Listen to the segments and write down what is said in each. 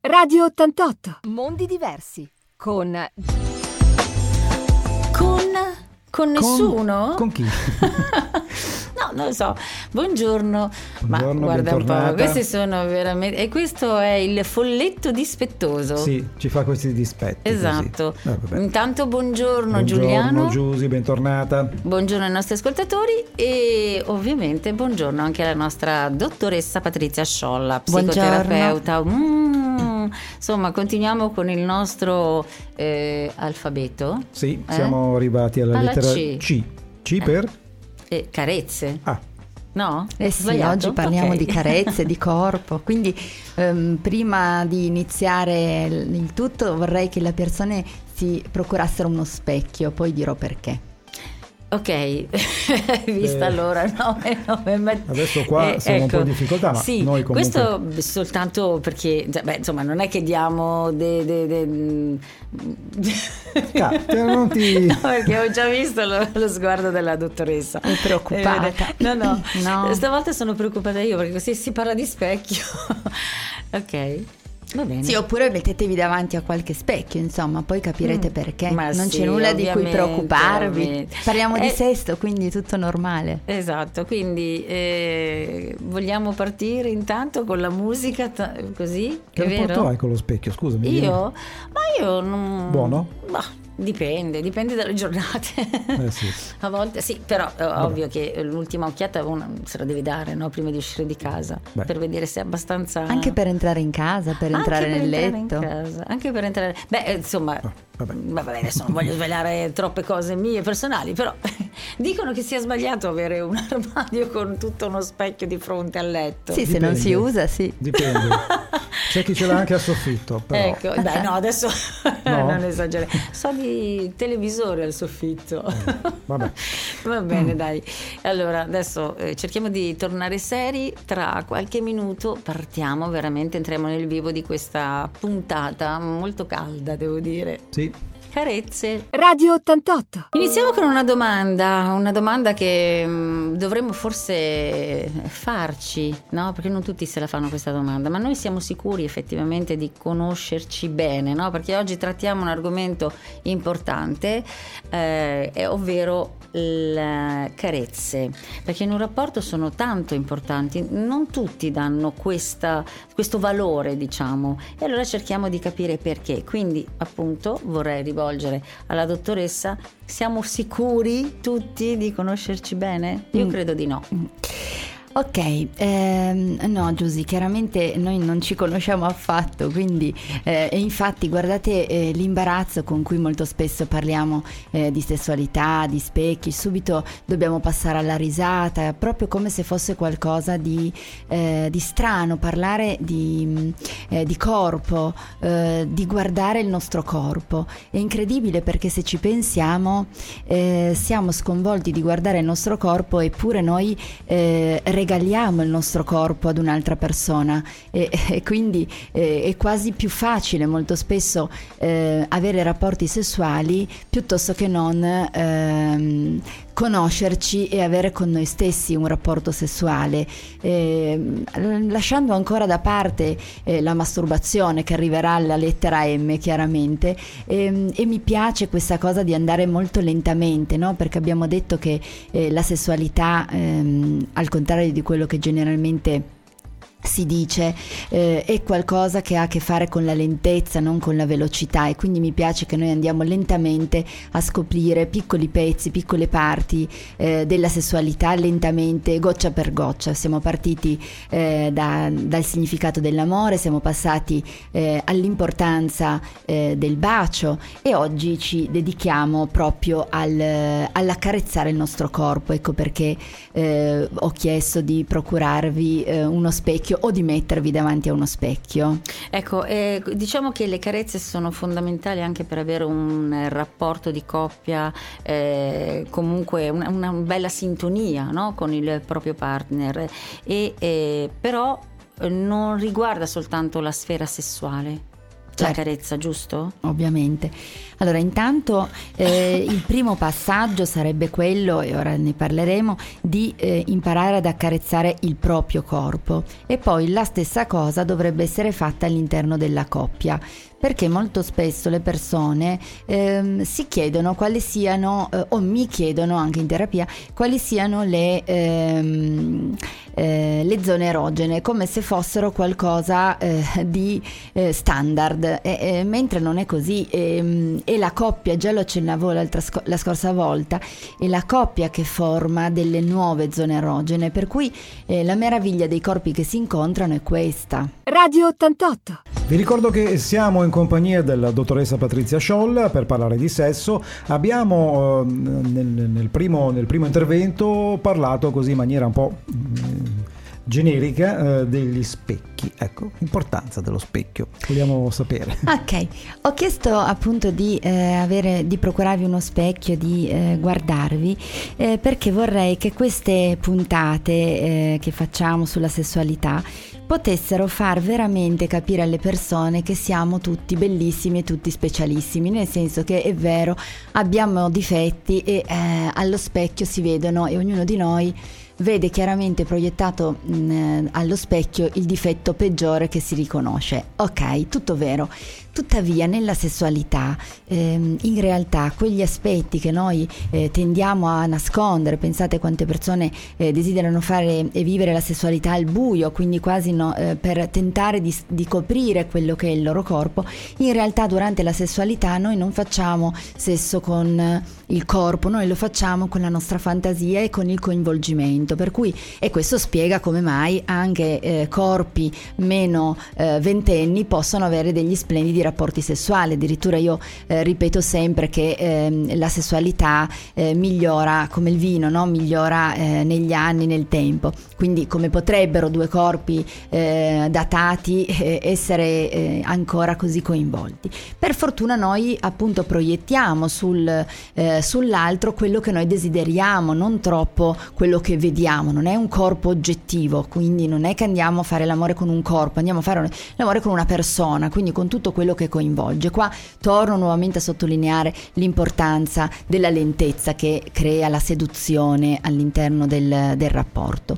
Radio 88. Mondi diversi. Con nessuno? Con chi? No, non lo so. Buongiorno. Ma guarda un po', questi sono veramente. E questo è il folletto dispettoso. Sì, ci fa questi dispetti. Esatto. Intanto buongiorno Giuliano. Buongiorno Giusy, bentornata. Buongiorno ai nostri ascoltatori e ovviamente buongiorno anche alla nostra dottoressa Patrizia Sciolla, psicoterapeuta. Insomma, continuiamo con il nostro alfabeto. Sì, siamo arrivati alla lettera C. C per? Carezze. No? Sì, oggi parliamo di carezze, di corpo, quindi prima di iniziare il tutto vorrei che le persone si procurassero uno specchio, poi dirò perché. Ok, vista allora 9. Adesso qua siamo un po' in difficoltà, ma sì, noi comunque... questo soltanto perché, insomma, non è che diamo non ti... No, perché ho già visto lo sguardo della dottoressa. È preoccupata. No, stavolta sono preoccupata io perché così si parla di specchio. Ok. Va bene. Sì, oppure mettetevi davanti a qualche specchio, insomma, poi capirete perché. Ma non sì, c'è nulla di cui preoccuparvi. Ovviamente. Parliamo di sesto, quindi tutto normale. Esatto, quindi vogliamo partire intanto con la musica così? Che rapporto hai con lo specchio, scusami? Io? Ma io non... Buono? Bah, dipende dalle giornate. Sì. A volte sì, però è ovvio che l'ultima occhiata uno se la deve dare, no? Prima di uscire di casa. Per vedere se è abbastanza... Anche per entrare in casa, per entrare nel letto. Anche per entrare... Beh, insomma... Vabbè, adesso non voglio svelare troppe cose mie personali, però dicono che sia sbagliato avere un armadio con tutto uno specchio di fronte al letto. Sì, se non si usa, sì. Dipende. C'è chi ce l'ha anche al soffitto, però. Ecco, dai, no, adesso non esagerare. So di televisore al soffitto. Vabbè. Va bene, dai. Allora, adesso cerchiamo di tornare seri. Tra qualche minuto partiamo, veramente entriamo nel vivo di questa puntata molto calda, devo dire. Sì. Carezze. Radio 88. Iniziamo con una domanda che dovremmo forse farci, no? Perché non tutti se la fanno questa domanda, ma noi siamo sicuri effettivamente di conoscerci bene, no? Perché oggi trattiamo un argomento importante, ovvero le carezze, perché in un rapporto sono tanto importanti, non tutti danno questo valore, diciamo, e allora cerchiamo di capire perché. Quindi appunto vorrei rivolgere alla dottoressa: siamo sicuri tutti di conoscerci bene? Io credo di no. Ok, no Giusy, chiaramente noi non ci conosciamo affatto, quindi e infatti guardate l'imbarazzo con cui molto spesso parliamo di sessualità, di specchi, subito dobbiamo passare alla risata, proprio come se fosse qualcosa di strano parlare di corpo, di guardare il nostro corpo. È incredibile perché se ci pensiamo siamo sconvolti di guardare il nostro corpo, eppure noi regaliamo il nostro corpo ad un'altra persona e quindi è quasi più facile molto spesso avere rapporti sessuali piuttosto che non conoscerci e avere con noi stessi un rapporto sessuale, lasciando ancora da parte la masturbazione, che arriverà alla lettera M chiaramente, e mi piace questa cosa di andare molto lentamente, no? Perché abbiamo detto che la sessualità, al contrario di quello che generalmente si dice, è qualcosa che ha a che fare con la lentezza, non con la velocità, e quindi mi piace che noi andiamo lentamente a scoprire piccoli pezzi, piccole parti della sessualità, lentamente, goccia per goccia. Siamo partiti dal significato dell'amore, siamo passati all'importanza del bacio, e oggi ci dedichiamo proprio all'accarezzare il nostro corpo. Ecco perché ho chiesto di procurarvi uno specchio o di mettervi davanti a uno specchio. Ecco, diciamo che le carezze sono fondamentali anche per avere un rapporto di coppia, comunque una bella sintonia, no? Con il proprio partner, però non riguarda soltanto la sfera sessuale. la carezza, giusto? Ovviamente. Allora, intanto il primo passaggio sarebbe quello, e ora ne parleremo, di imparare ad accarezzare il proprio corpo, e poi la stessa cosa dovrebbe essere fatta all'interno della coppia, perché molto spesso le persone si chiedono quali siano, o mi chiedono anche in terapia, quali siano le zone erogene, come se fossero qualcosa di standard, mentre non è così, e la coppia, già lo accennavo la scorsa volta, è la coppia che forma delle nuove zone erogene, per cui la meraviglia dei corpi che si incontrano è questa. Radio 88. Vi ricordo che siamo in compagnia della dottoressa Patrizia Scholl per parlare di sesso. Abbiamo nel primo intervento parlato così in maniera un po' generica degli specchi. Ecco, l'importanza dello specchio, vogliamo sapere. Ok, ho chiesto appunto di procurarvi uno specchio, di guardarvi, perché vorrei che queste puntate che facciamo sulla sessualità potessero far veramente capire alle persone che siamo tutti bellissimi e tutti specialissimi, nel senso che è vero, abbiamo difetti e allo specchio si vedono, e ognuno di noi vede chiaramente proiettato allo specchio il difetto peggiore che si riconosce. Ok, tutto vero. Tuttavia nella sessualità in realtà quegli aspetti che noi tendiamo a nascondere, pensate quante persone desiderano fare e vivere la sessualità al buio, quindi quasi per tentare di coprire quello che è il loro corpo, in realtà durante la sessualità noi non facciamo sesso con il corpo, noi lo facciamo con la nostra fantasia e con il coinvolgimento, per cui, e questo spiega come mai anche corpi meno ventenni possono avere degli splendidi rapporti sessuali. Addirittura io ripeto sempre che la sessualità migliora come il vino, no? Migliora negli anni, nel tempo, quindi come potrebbero due corpi datati essere ancora così coinvolti. Per fortuna noi appunto proiettiamo sull'altro quello che noi desideriamo, non troppo quello che vediamo. Non è un corpo oggettivo, quindi non è che andiamo a fare l'amore con un corpo, andiamo a fare l'amore con una persona, quindi con tutto quello che coinvolge. Qua torno nuovamente a sottolineare l'importanza della lentezza che crea la seduzione all'interno del rapporto.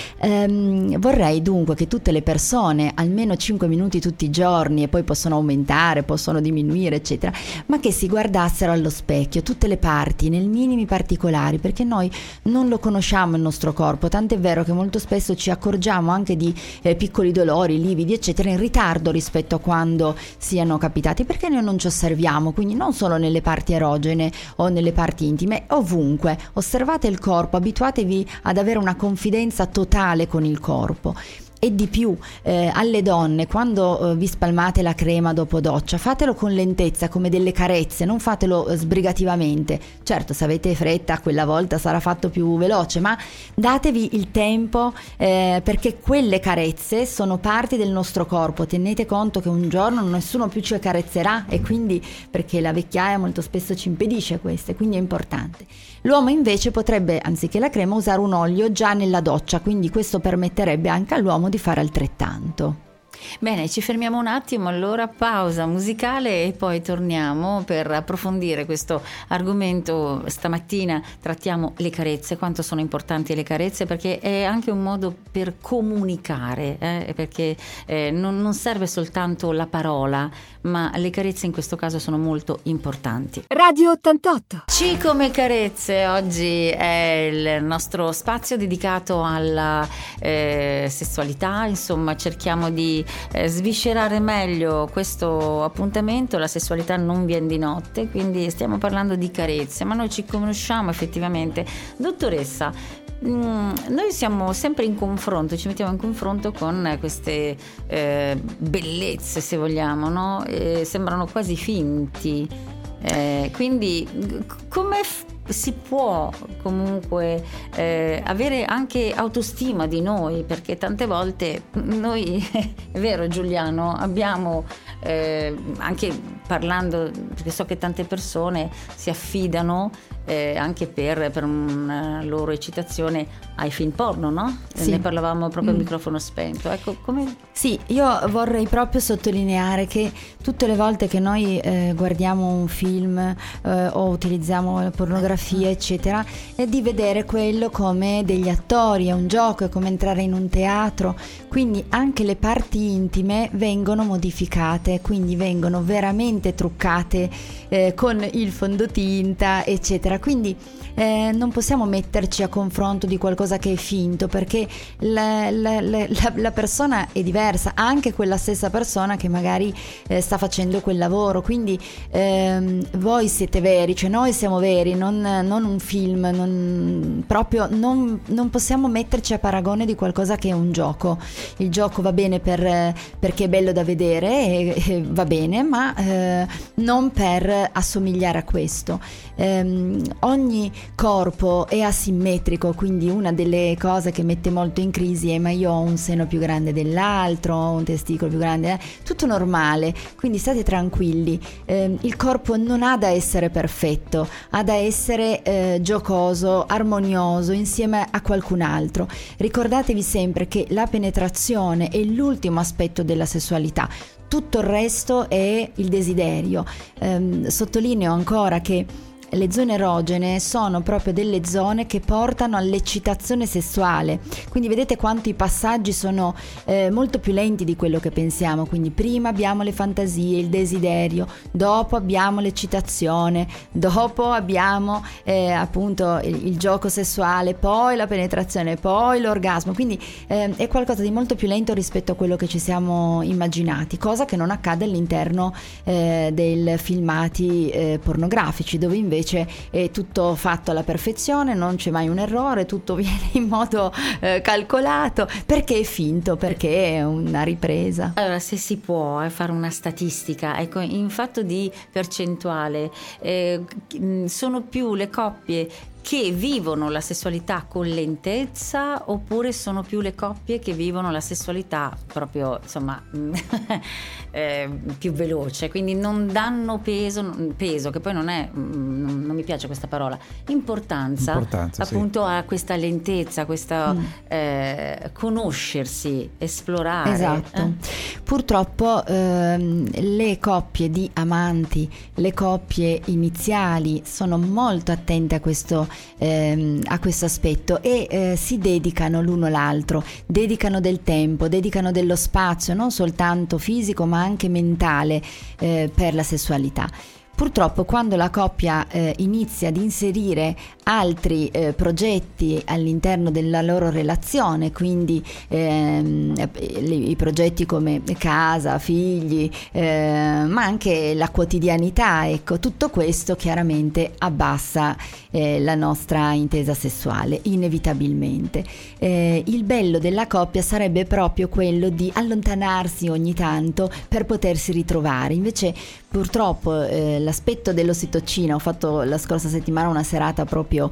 Vorrei dunque che tutte le persone, almeno 5 minuti tutti i giorni, e poi possono aumentare, possono diminuire eccetera, ma che si guardassero allo specchio tutte le parti, nei minimi particolari, perché noi non lo conosciamo il nostro corpo, tant'è vero che molto spesso ci accorgiamo anche di piccoli dolori, lividi eccetera in ritardo rispetto a quando siano capitati, perché noi non ci osserviamo, quindi non solo nelle parti erogene o nelle parti intime, ovunque. Osservate il corpo, abituatevi ad avere una confidenza totale con il corpo. E di più, alle donne, quando vi spalmate la crema dopo doccia, fatelo con lentezza, come delle carezze, non fatelo sbrigativamente. Certo, se avete fretta quella volta sarà fatto più veloce, ma datevi il tempo, perché quelle carezze sono parti del nostro corpo. Tenete conto che un giorno nessuno più ci accarezzerà, e quindi, perché la vecchiaia molto spesso ci impedisce questo, e quindi è importante. L'uomo invece potrebbe, anziché la crema, usare un olio già nella doccia, quindi questo permetterebbe anche all'uomo di fare altrettanto. Bene, ci fermiamo un attimo, allora pausa musicale e poi torniamo per approfondire questo argomento. Stamattina trattiamo le carezze, quanto sono importanti le carezze, perché è anche un modo per comunicare, perché non serve soltanto la parola, ma le carezze in questo caso sono molto importanti. Radio 88. C come carezze, oggi è il nostro spazio dedicato alla sessualità, insomma cerchiamo di sviscerare meglio questo appuntamento. La sessualità non viene di notte, quindi stiamo parlando di carezze, ma noi ci conosciamo effettivamente. Dottoressa, noi siamo sempre in confronto, ci mettiamo in confronto con queste bellezze, se vogliamo, no? Sembrano quasi finti, quindi come si può comunque avere anche autostima di noi, perché tante volte noi è vero Giuliano, abbiamo anche parlando, perché so che tante persone si affidano anche per una loro eccitazione ai film porno, no? Sì. Ne parlavamo proprio a microfono spento. Ecco, come... Sì, io vorrei proprio sottolineare che tutte le volte che noi guardiamo un film o utilizziamo la pornografia eccetera, è di vedere quello come degli attori, è un gioco, è come entrare in un teatro, quindi anche le parti intime vengono modificate, quindi vengono veramente truccate con il fondotinta eccetera, quindi non possiamo metterci a confronto di qualcosa che è finto, perché la persona è diversa, anche quella stessa persona che magari sta facendo quel lavoro, quindi voi siete veri, cioè noi siamo veri, non un film, non possiamo metterci a paragone di qualcosa che è un gioco. Il gioco va bene perché è bello da vedere e va bene, ma non per assomigliare a questo. Ogni corpo è asimmetrico, quindi una delle cose che mette molto in crisi è: ma io ho un seno più grande dell'altro, ho un testicolo più grande, tutto normale, quindi state tranquilli, il corpo non ha da essere perfetto, ha da essere giocoso, armonioso insieme a qualcun altro. Ricordatevi sempre che la penetrazione è l'ultimo aspetto della sessualità, tutto il resto è il desiderio. Sottolineo ancora che le zone erogene sono proprio delle zone che portano all'eccitazione sessuale, quindi vedete quanto i passaggi sono molto più lenti di quello che pensiamo. Quindi prima abbiamo le fantasie, il desiderio, dopo abbiamo l'eccitazione, dopo abbiamo appunto il gioco sessuale, poi la penetrazione, poi l'orgasmo, quindi è qualcosa di molto più lento rispetto a quello che ci siamo immaginati, cosa che non accade all'interno dei filmati pornografici, dove invece è tutto fatto alla perfezione, non c'è mai un errore, tutto viene in modo calcolato, perché è finto, perché è una ripresa. Allora, se si può fare una statistica, ecco, in fatto di percentuale, sono più le coppie che vivono la sessualità con lentezza, oppure sono più le coppie che vivono la sessualità proprio, insomma, più veloce, quindi non danno peso, che poi non mi piace questa parola, importanza appunto sì, a questa lentezza, questa conoscersi, esplorare. Esatto. Purtroppo le coppie di amanti, le coppie iniziali sono molto attente a questo aspetto e si dedicano l'uno all'altro, dedicano del tempo, dedicano dello spazio, non soltanto fisico ma anche mentale per la sessualità. Purtroppo quando la coppia inizia ad inserire altri progetti all'interno della loro relazione, quindi i progetti come casa, figli, ma anche la quotidianità, ecco, tutto questo chiaramente abbassa la nostra intesa sessuale, inevitabilmente. Il bello della coppia sarebbe proprio quello di allontanarsi ogni tanto per potersi ritrovare. Invece purtroppo l'aspetto dell'ossitocina, ho fatto la scorsa settimana una serata proprio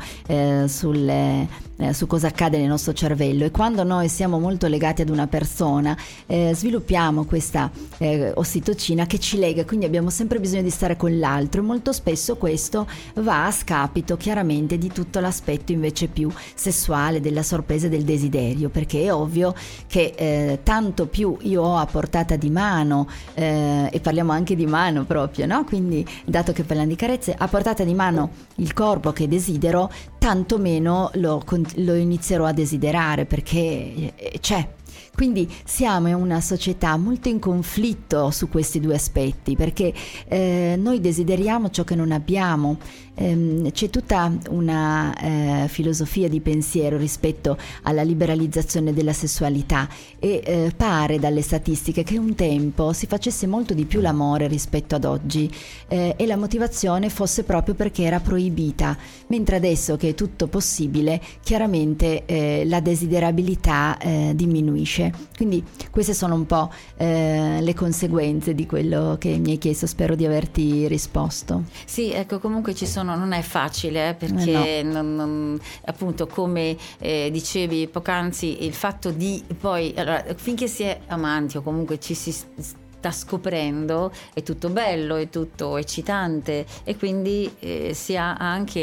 su cosa accade nel nostro cervello, e quando noi siamo molto legati ad una persona sviluppiamo questa ossitocina che ci lega, quindi abbiamo sempre bisogno di stare con l'altro, e molto spesso questo va a scapito chiaramente di tutto l'aspetto invece più sessuale, della sorpresa e del desiderio, perché è ovvio che tanto più io ho a portata di mano, e parliamo anche di mano proprio, no? Quindi dato che parliamo di carezze, a portata di mano il corpo che desidero, tanto meno lo inizierò a desiderare, perché c'è. Quindi siamo in una società molto in conflitto su questi due aspetti, perché noi desideriamo ciò che non abbiamo. C'è tutta una filosofia di pensiero rispetto alla liberalizzazione della sessualità, e pare dalle statistiche che un tempo si facesse molto di più l'amore rispetto ad oggi, e la motivazione fosse proprio perché era proibita, mentre adesso che è tutto possibile chiaramente la desiderabilità diminuisce. Quindi queste sono un po' le conseguenze di quello che mi hai chiesto, spero di averti risposto. Sì, ecco, comunque ci sono, non è facile, perché no. Appunto, come dicevi poc'anzi, il fatto di poi, allora, finché si è amanti o comunque ci si sta scoprendo, è tutto bello, è tutto eccitante, e quindi si ha anche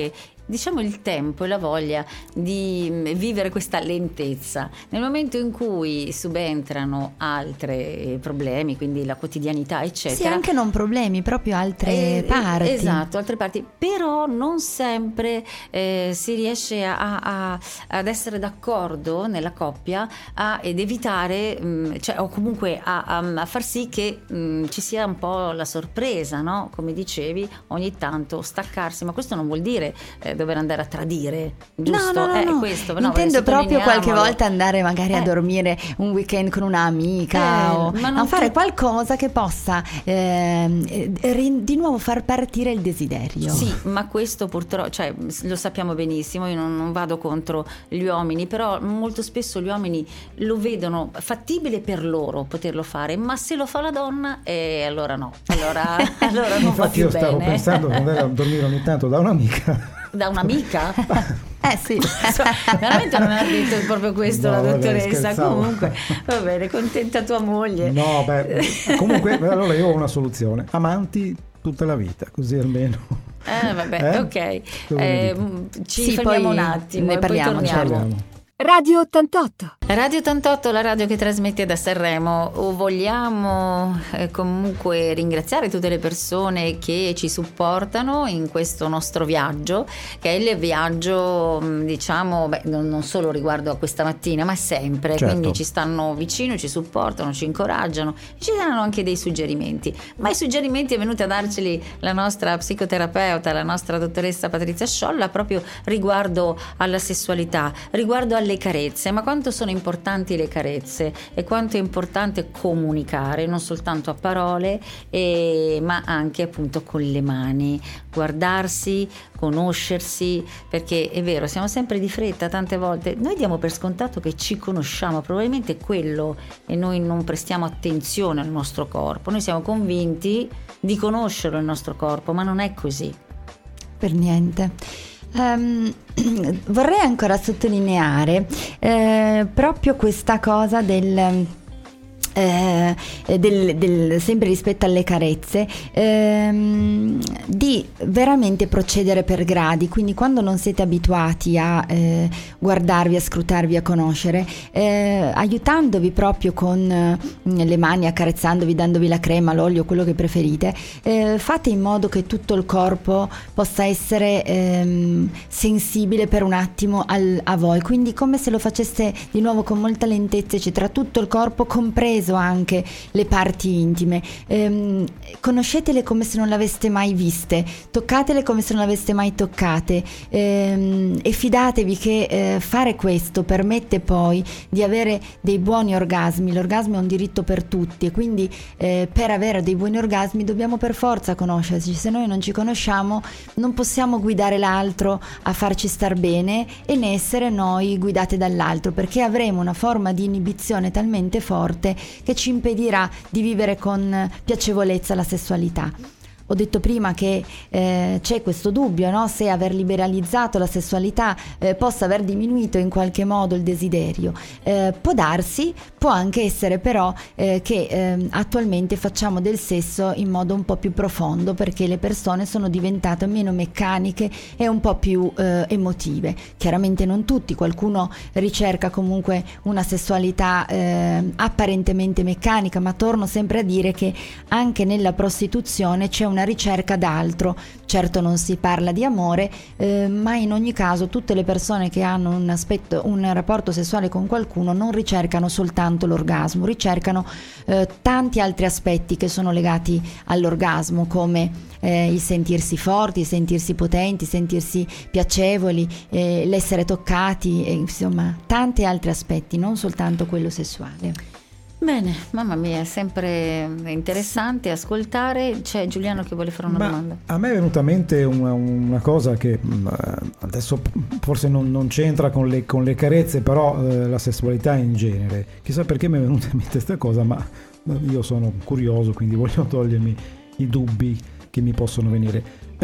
diciamo il tempo e la voglia di vivere questa lentezza. Nel momento in cui subentrano altri problemi, quindi la quotidianità eccetera, sì, anche non problemi, proprio altre parti. Esatto, altre parti, però non sempre si riesce ad essere d'accordo nella coppia ed evitare, cioè, o comunque a far sì che ci sia un po' la sorpresa, no? Come dicevi, ogni tanto staccarsi, ma questo non vuol dire dover andare a tradire, giusto? No. Questo, intendo proprio qualche volta andare magari a dormire un weekend con un'amica o a fare qualcosa che possa di nuovo far partire il desiderio. Sì, ma questo purtroppo, cioè, lo sappiamo benissimo, io non vado contro gli uomini, però molto spesso gli uomini lo vedono fattibile per loro poterlo fare, ma se lo fa la donna allora no, allora non va più bene. Infatti io stavo pensando di andare a dormire ogni tanto da un'amica. Da un'amica? Sì. Veramente non ha detto proprio questo, no, la dottoressa. Vabbè, comunque va bene, contenta tua moglie. No, comunque allora io ho una soluzione: amanti tutta la vita, così almeno. Ok. Ci fermiamo un attimo, ne parliamo, poi torniamo. Radio 88. Radio 88, la radio che trasmette da Sanremo. Vogliamo comunque ringraziare tutte le persone che ci supportano in questo nostro viaggio, che è il viaggio, diciamo, non solo riguardo a questa mattina, ma sempre. Certo. Quindi ci stanno vicino, ci supportano, ci incoraggiano, ci danno anche dei suggerimenti. Ma i suggerimenti è venuta a darceli la nostra psicoterapeuta, la nostra dottoressa Patrizia Sciolla, proprio riguardo alla sessualità, riguardo alle carezze. Ma quanto sono importanti le carezze e quanto è importante comunicare, non soltanto a parole, ma anche appunto con le mani, guardarsi, conoscersi, perché è vero, siamo sempre di fretta tante volte, noi diamo per scontato che ci conosciamo, probabilmente è quello, e noi non prestiamo attenzione al nostro corpo, noi siamo convinti di conoscerlo il nostro corpo, ma non è così. Per niente. Vorrei ancora sottolineare proprio questa cosa del sempre rispetto alle carezze, di veramente procedere per gradi, quindi quando non siete abituati a guardarvi, a scrutarvi, a conoscere, aiutandovi proprio con le mani, accarezzandovi, dandovi la crema, l'olio, quello che preferite, fate in modo che tutto il corpo possa essere sensibile per un attimo a voi, quindi come se lo faceste di nuovo con molta lentezza, eccetera, tutto il corpo, compreso anche le parti intime. Conoscetele come se non le aveste mai viste, toccatele come se non le aveste mai toccate, e fidatevi che fare questo permette poi di avere dei buoni orgasmi. L'orgasmo è un diritto per tutti e quindi per avere dei buoni orgasmi dobbiamo per forza conoscerci. Se noi non ci conosciamo non possiamo guidare l'altro a farci star bene e né essere noi guidate dall'altro, perché avremo una forma di inibizione talmente forte che ci impedirà di vivere con piacevolezza la sessualità. Ho detto prima che c'è questo dubbio, no? Se aver liberalizzato la sessualità possa aver diminuito in qualche modo il desiderio. Può darsi, può anche essere però che attualmente facciamo del sesso in modo un po' più profondo, perché le persone sono diventate meno meccaniche e un po' più emotive. Chiaramente non tutti, qualcuno ricerca comunque una sessualità apparentemente meccanica, ma torno sempre a dire che anche nella prostituzione c'è una ricerca d'altro. Certo non si parla di amore, ma in ogni caso tutte le persone che hanno un rapporto sessuale con qualcuno non ricercano soltanto l'orgasmo, ricercano tanti altri aspetti che sono legati all'orgasmo, come il sentirsi forti, il sentirsi potenti, sentirsi piacevoli, l'essere toccati, insomma tanti altri aspetti, non soltanto quello sessuale. Bene, mamma mia, è sempre interessante ascoltare. C'è Giuliano che vuole fare una domanda. A me è venuta a mente una cosa che adesso forse non c'entra con le carezze, però la sessualità in genere. Chissà perché mi è venuta in mente questa cosa, ma io sono curioso, quindi voglio togliermi i dubbi che mi possono venire.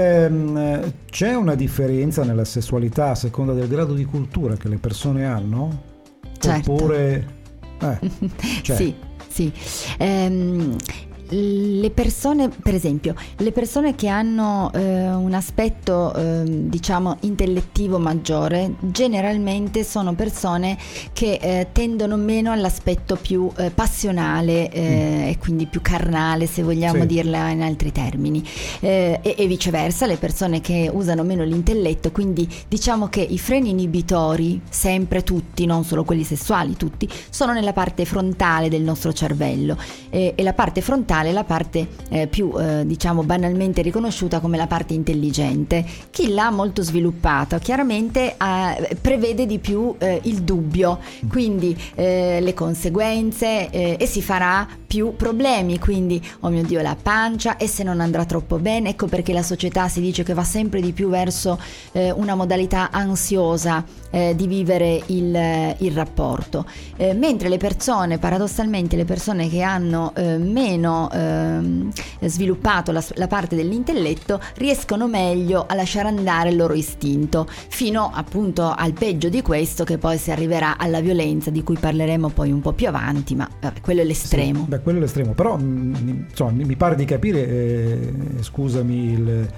C'è una differenza nella sessualità a seconda del grado di cultura che le persone hanno? Certo. Oppure... Sì. le persone, per esempio, le persone che hanno un aspetto diciamo intellettivo maggiore, generalmente sono persone che tendono meno all'aspetto più passionale e quindi più carnale, se vogliamo dirla in altri termini, e viceversa, le persone che usano meno l'intelletto, quindi diciamo che i freni inibitori, sempre tutti, non solo quelli sessuali, tutti, sono nella parte frontale del nostro cervello, e la parte frontale è la parte più diciamo banalmente riconosciuta come la parte intelligente. Chi l'ha molto sviluppata chiaramente prevede di più il dubbio, quindi le conseguenze, e si farà più problemi, quindi oh mio Dio, la pancia, e se non andrà troppo bene. Ecco perché la società si dice che va sempre di più verso una modalità ansiosa di vivere il rapporto, mentre le persone, paradossalmente le persone che hanno meno sviluppato la parte dell'intelletto, riescono meglio a lasciare andare il loro istinto, fino appunto al peggio di questo, che poi si arriverà alla violenza, di cui parleremo poi un po' più avanti, ma quello è l'estremo. Sì, quello è l'estremo, però insomma, mi pare di capire, scusami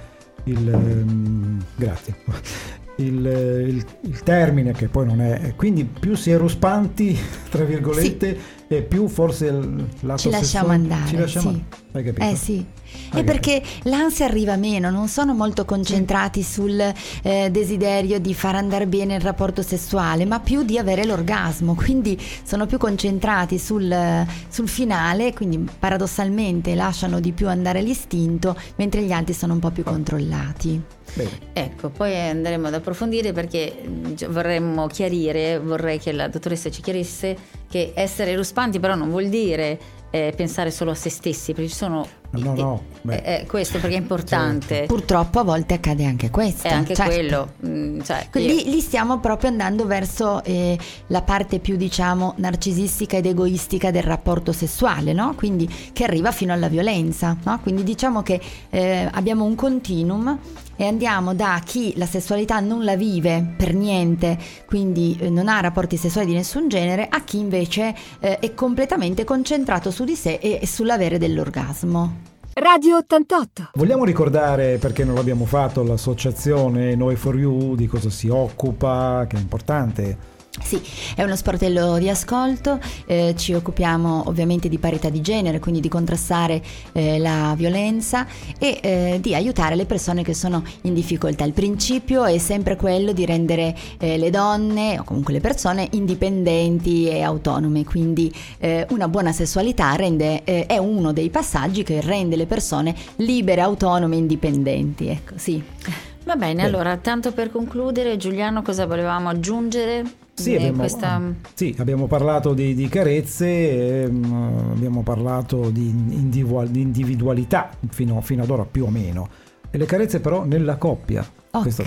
grazie, il termine, che poi non è, quindi più si è ruspanti tra virgolette, e più forse il lato ci lasciamo andare, ci lasciamo sì. Hai capito? Sì. È perché l'ansia arriva meno, non sono molto concentrati sul desiderio di far andare bene il rapporto sessuale, ma più di avere l'orgasmo, quindi sono più concentrati sul finale, quindi paradossalmente lasciano di più andare l'istinto, mentre gli altri sono un po' più controllati. Bene. Ecco, poi andremo ad approfondire, perché vorrei che la dottoressa ci chiarisse che essere ruspanti però non vuol dire pensare solo a se stessi, perché ci sono questo, perché è importante. Certo. Purtroppo a volte accade anche questo. È anche quello. Lì stiamo proprio andando verso la parte più, diciamo, narcisistica ed egoistica del rapporto sessuale, no? Quindi che arriva fino alla violenza, no? Quindi diciamo che abbiamo un continuum, e andiamo da chi la sessualità non la vive per niente, quindi non ha rapporti sessuali di nessun genere, a chi invece è completamente concentrato su di sé e sull'avere dell'orgasmo. Radio 88. Vogliamo ricordare, perché non l'abbiamo fatto, l'associazione Noi for You, di cosa si occupa, che è importante? Sì, è uno sportello di ascolto, ci occupiamo ovviamente di parità di genere, quindi di contrastare la violenza e di aiutare le persone che sono in difficoltà. Il principio è sempre quello di rendere le donne, o comunque le persone, indipendenti e autonome, quindi una buona sessualità è uno dei passaggi che rende le persone libere, autonome e indipendenti. Ecco, sì. Va bene, allora, tanto per concludere, Giuliano, cosa volevamo aggiungere? Sì, abbiamo parlato di carezze, abbiamo parlato di individualità fino ad ora, più o meno, e le carezze però nella coppia. Ok.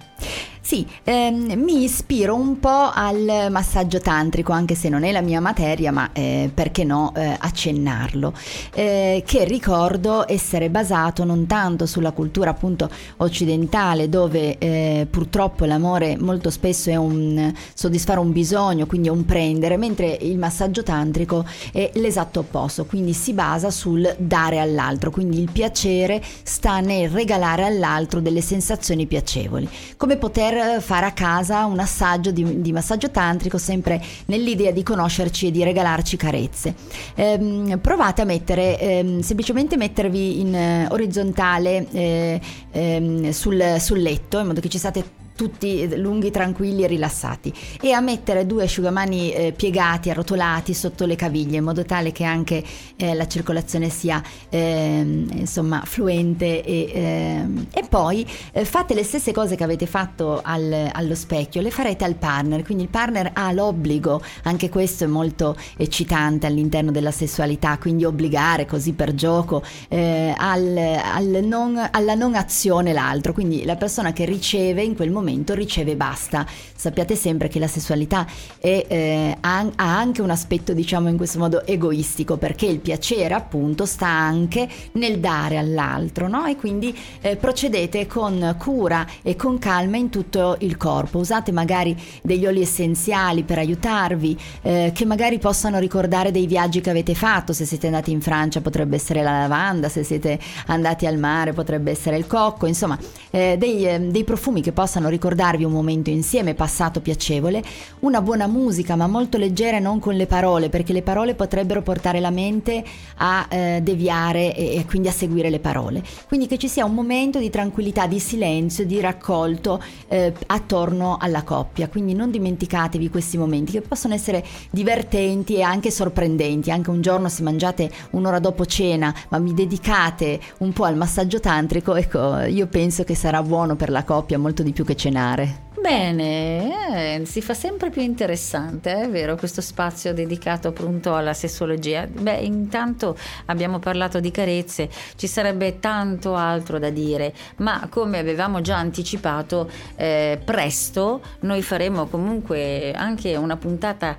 Sì, mi ispiro un po' al massaggio tantrico, anche se non è la mia materia, ma perché no accennarlo, che ricordo essere basato non tanto sulla cultura appunto occidentale, dove purtroppo l'amore molto spesso è un soddisfare un bisogno, quindi è un prendere, mentre il massaggio tantrico è l'esatto opposto, quindi si basa sul dare all'altro, quindi il piacere sta nel regalare all'altro delle sensazioni piacevoli, come poter fare a casa un assaggio di massaggio tantrico, sempre nell'idea di conoscerci e di regalarci carezze. Provate a semplicemente mettervi in orizzontale sul letto, in modo che ci state tutti lunghi, tranquilli e rilassati, e a mettere 2 asciugamani piegati, arrotolati sotto le caviglie, in modo tale che anche la circolazione sia insomma fluente, e poi fate le stesse cose che avete fatto allo specchio, le farete al partner, quindi il partner ha l'obbligo, anche questo è molto eccitante all'interno della sessualità, quindi obbligare così per gioco alla non azione l'altro, quindi la persona che riceve in quel momento momento riceve e basta. Sappiate sempre che la sessualità ha anche un aspetto, diciamo in questo modo, egoistico, perché il piacere appunto sta anche nel dare all'altro, no? E quindi procedete con cura e con calma in tutto il corpo. Usate magari degli oli essenziali per aiutarvi, che magari possano ricordare dei viaggi che avete fatto. Se siete andati in Francia potrebbe essere la lavanda, se siete andati al mare potrebbe essere il cocco, insomma dei profumi che possano ricordarvi un momento insieme passato piacevole. Una buona musica, ma molto leggera e non con le parole, perché le parole potrebbero portare la mente a deviare e quindi a seguire le parole. Quindi che ci sia un momento di tranquillità, di silenzio, di raccolto attorno alla coppia. Quindi non dimenticatevi questi momenti che possono essere divertenti e anche sorprendenti. Anche un giorno, se mangiate un'ora dopo cena ma vi dedicate un po' al massaggio tantrico, ecco, io penso che sarà buono per la coppia molto di più che cenare. Bene, si fa sempre più interessante, è vero, questo spazio dedicato appunto alla sessuologia. Beh, intanto abbiamo parlato di carezze, ci sarebbe tanto altro da dire, ma come avevamo già anticipato, presto noi faremo comunque anche una puntata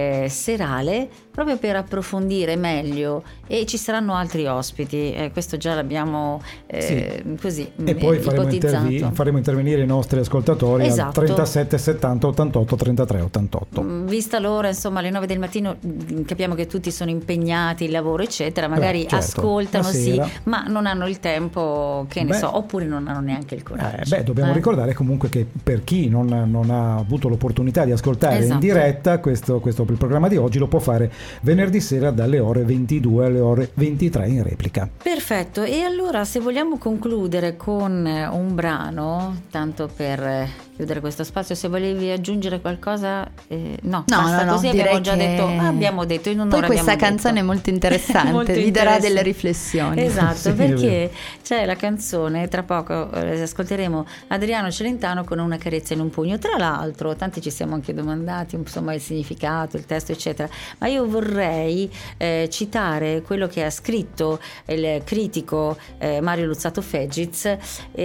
serale proprio per approfondire meglio, e ci saranno altri ospiti, questo già l'abbiamo così e poi ipotizzato. faremo intervenire i nostri ascoltatori, esatto, al 37 70 88 33 88. Vista l'ora, insomma, alle 9 del mattino, capiamo che tutti sono impegnati, il lavoro eccetera, magari certo, ascoltano sì, ma non hanno il tempo, che ne so, oppure non hanno neanche il coraggio. Dobbiamo ricordare comunque che per chi non ha avuto l'opportunità di ascoltare in diretta questo il programma di oggi lo può fare venerdì sera dalle ore 22 alle ore 23 in replica. Perfetto, e allora se vogliamo concludere con un brano, tanto per chiudere questo spazio, se volevi aggiungere qualcosa, no, così abbiamo detto in un'ora. Poi questa canzone è molto interessante, molto vi darà delle riflessioni. Esatto, sì, perché c'è la canzone, tra poco ascolteremo Adriano Celentano con Una carezza in un pugno. Tra l'altro tanti ci siamo anche domandati insomma il significato, il testo eccetera, ma io vorrei citare quello che ha scritto il critico Mario Luzzatto Fegiz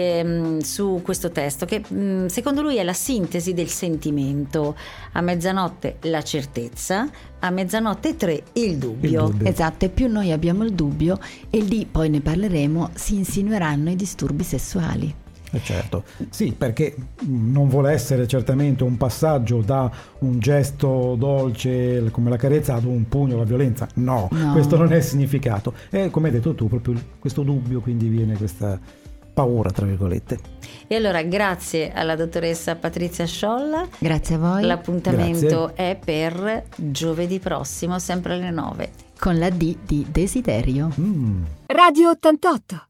su questo testo, che secondo lui è la sintesi del sentimento: a mezzanotte la certezza, a mezzanotte 3 il dubbio. Esatto, e più noi abbiamo il dubbio, e lì poi ne parleremo, si insinueranno i disturbi sessuali. Certo, sì, perché non vuole essere certamente un passaggio da un gesto dolce come la carezza ad un pugno, la violenza. No, questo non è il significato. È, come hai detto tu, proprio questo dubbio, quindi viene questa paura, tra virgolette. E allora grazie alla dottoressa Patrizia Sciolla. Grazie a voi. L'appuntamento è per giovedì prossimo, sempre alle 9. Con la D di desiderio. Radio 88.